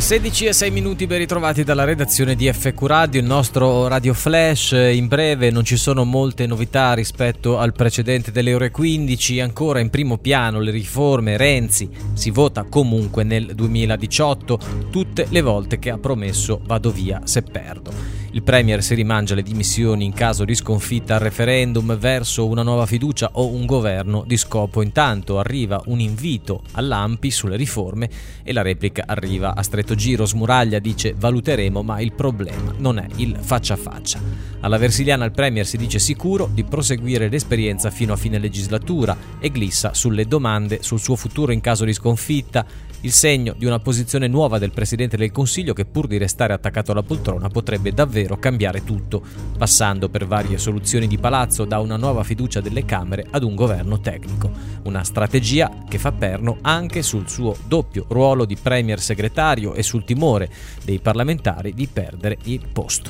16:06 ben ritrovati dalla redazione di FQ Radio, il nostro Radio Flash. In breve, non ci sono molte novità rispetto al precedente delle ore 15, ancora in primo piano le riforme. Renzi si vota comunque nel 2018, tutte le volte che ha promesso vado via se perdo. Il Premier si rimangia le dimissioni in caso di sconfitta al referendum verso una nuova fiducia o un governo di scopo. Intanto arriva un invito all'ANPI sulle riforme e la replica arriva a stretto giro. Smuraglia dice valuteremo, ma il problema non è il faccia a faccia. Alla Versiliana il Premier si dice sicuro di proseguire l'esperienza fino a fine legislatura e glissa sulle domande sul suo futuro in caso di sconfitta. Il segno di una posizione nuova del Presidente del Consiglio che, pur di restare attaccato alla poltrona, potrebbe davvero cambiare tutto, passando per varie soluzioni di palazzo da una nuova fiducia delle Camere ad un governo tecnico. Una strategia che fa perno anche sul suo doppio ruolo di Premier segretario e sul timore dei parlamentari di perdere il posto.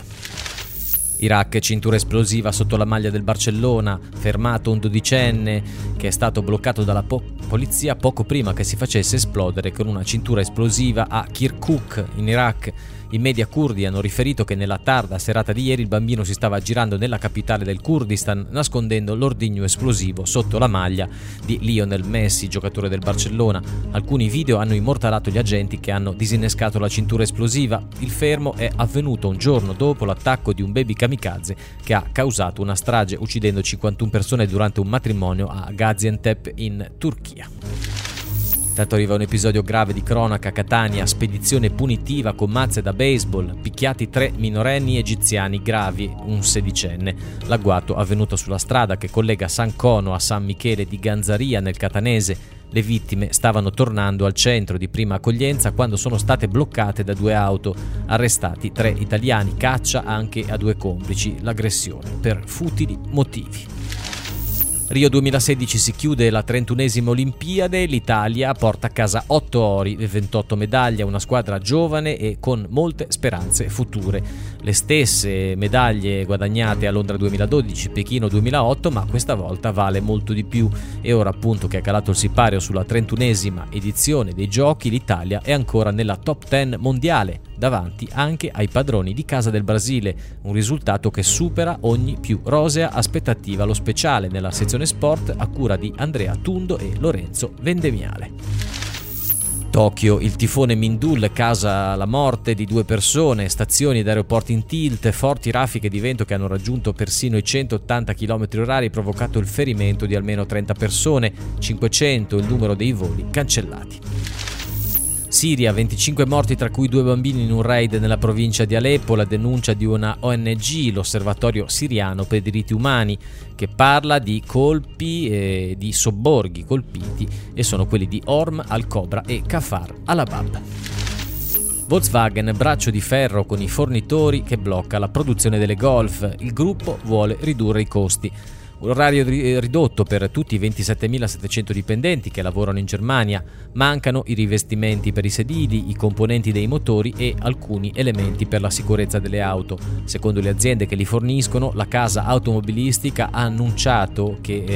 Iraq, cintura esplosiva sotto la maglia del Barcellona, fermato un 12enne che è stato bloccato dalla polizia poco prima che si facesse esplodere con una cintura esplosiva a Kirkuk in Iraq. I media curdi hanno riferito che nella tarda serata di ieri il bambino si stava aggirando nella capitale del Kurdistan nascondendo l'ordigno esplosivo sotto la maglia di Lionel Messi, giocatore del Barcellona. Alcuni video hanno immortalato gli agenti che hanno disinnescato la cintura esplosiva. Il fermo è avvenuto un giorno dopo l'attacco di un baby kamikaze che ha causato una strage uccidendo 51 persone durante un matrimonio a Gaziantep in Turchia. Intanto arriva un episodio grave di cronaca a Catania, spedizione punitiva con mazze da baseball, picchiati 3 minorenni egiziani gravi, un sedicenne. L'agguato avvenuto sulla strada che collega San Cono a San Michele di Ganzaria nel Catanese. Le vittime stavano tornando al centro di prima accoglienza quando sono state bloccate da 2 auto. Arrestati 3 italiani, caccia anche a 2 complici, l'aggressione per futili motivi. Rio 2016 si chiude la 31esima Olimpiade, l'Italia porta a casa 8 ori e 28 medaglie, una squadra giovane e con molte speranze future. Le stesse medaglie guadagnate a Londra 2012, Pechino 2008, ma questa volta vale molto di più e ora appunto che è calato il sipario sulla 31esima edizione dei Giochi, l'Italia è ancora nella top 10 mondiale, davanti anche ai padroni di casa del Brasile, un risultato che supera ogni più rosea aspettativa. Lo speciale nella sezione sport a cura di Andrea Tundo e Lorenzo Vendemiale. Tokyo, il tifone Mindul causa la morte di 2 persone, stazioni ed aeroporti in tilt, forti raffiche di vento che hanno raggiunto persino i 180 km/h provocato il ferimento di almeno 30 persone, 500 il numero dei voli cancellati. Siria, 25 morti tra cui 2 bambini in un raid nella provincia di Aleppo, la denuncia di una ONG, l'Osservatorio Siriano per i diritti umani, che parla di colpi e di sobborghi colpiti e sono quelli di Orm al-Kobra e Kafar al-Abab. Volkswagen, braccio di ferro con i fornitori che blocca la produzione delle Golf, il gruppo vuole ridurre i costi. Orario ridotto per tutti i 27.700 dipendenti che lavorano in Germania, mancano i rivestimenti per i sedili, i componenti dei motori e alcuni elementi per la sicurezza delle auto. Secondo le aziende che li forniscono, la casa automobilistica ha annullato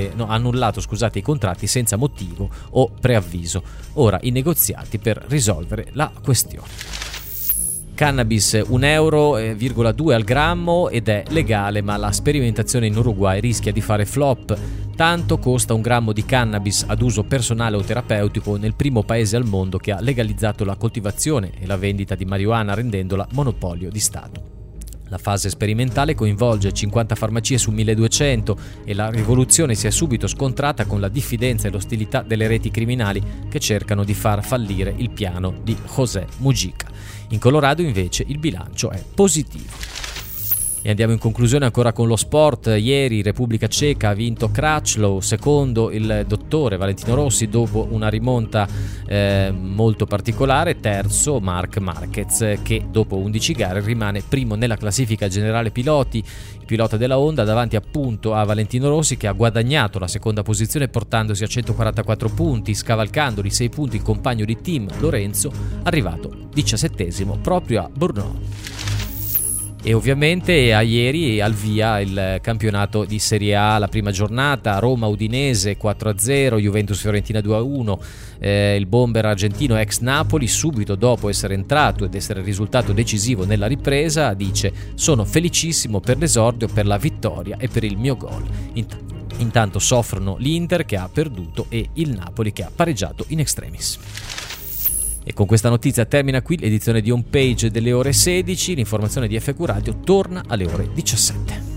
i contratti senza motivo o preavviso. Ora i negoziati per risolvere la questione. Cannabis 1,2 euro al grammo ed è legale, ma la sperimentazione in Uruguay rischia di fare flop. Tanto costa un grammo di cannabis ad uso personale o terapeutico nel primo paese al mondo che ha legalizzato la coltivazione e la vendita di marijuana rendendola monopolio di Stato. La fase sperimentale coinvolge 50 farmacie su 1200 e la rivoluzione si è subito scontrata con la diffidenza e l'ostilità delle reti criminali che cercano di far fallire il piano di José Mujica. In Colorado invece il bilancio è positivo. E andiamo in conclusione ancora con lo sport. Ieri Repubblica Ceca ha vinto Kraclow, secondo il dottore Valentino Rossi dopo una rimonta molto particolare, terzo Marc Marquez che dopo 11 gare rimane primo nella classifica generale piloti, il pilota della Honda davanti appunto a Valentino Rossi che ha guadagnato la seconda posizione portandosi a 144 punti, scavalcando di 6 punti il compagno di team Lorenzo arrivato 17esimo proprio a Brno. E ovviamente a ieri al via il campionato di Serie A, la prima giornata, Roma-Udinese 4-0, Juventus-Fiorentina 2-1, il bomber argentino ex Napoli, subito dopo essere entrato ed essere risultato decisivo nella ripresa, dice: sono felicissimo per l'esordio, per la vittoria e per il mio gol. Intanto soffrono l'Inter che ha perduto e il Napoli che ha pareggiato in extremis. E con questa notizia termina qui l'edizione di Homepage delle ore 16. L'informazione di FQ Radio torna alle ore 17.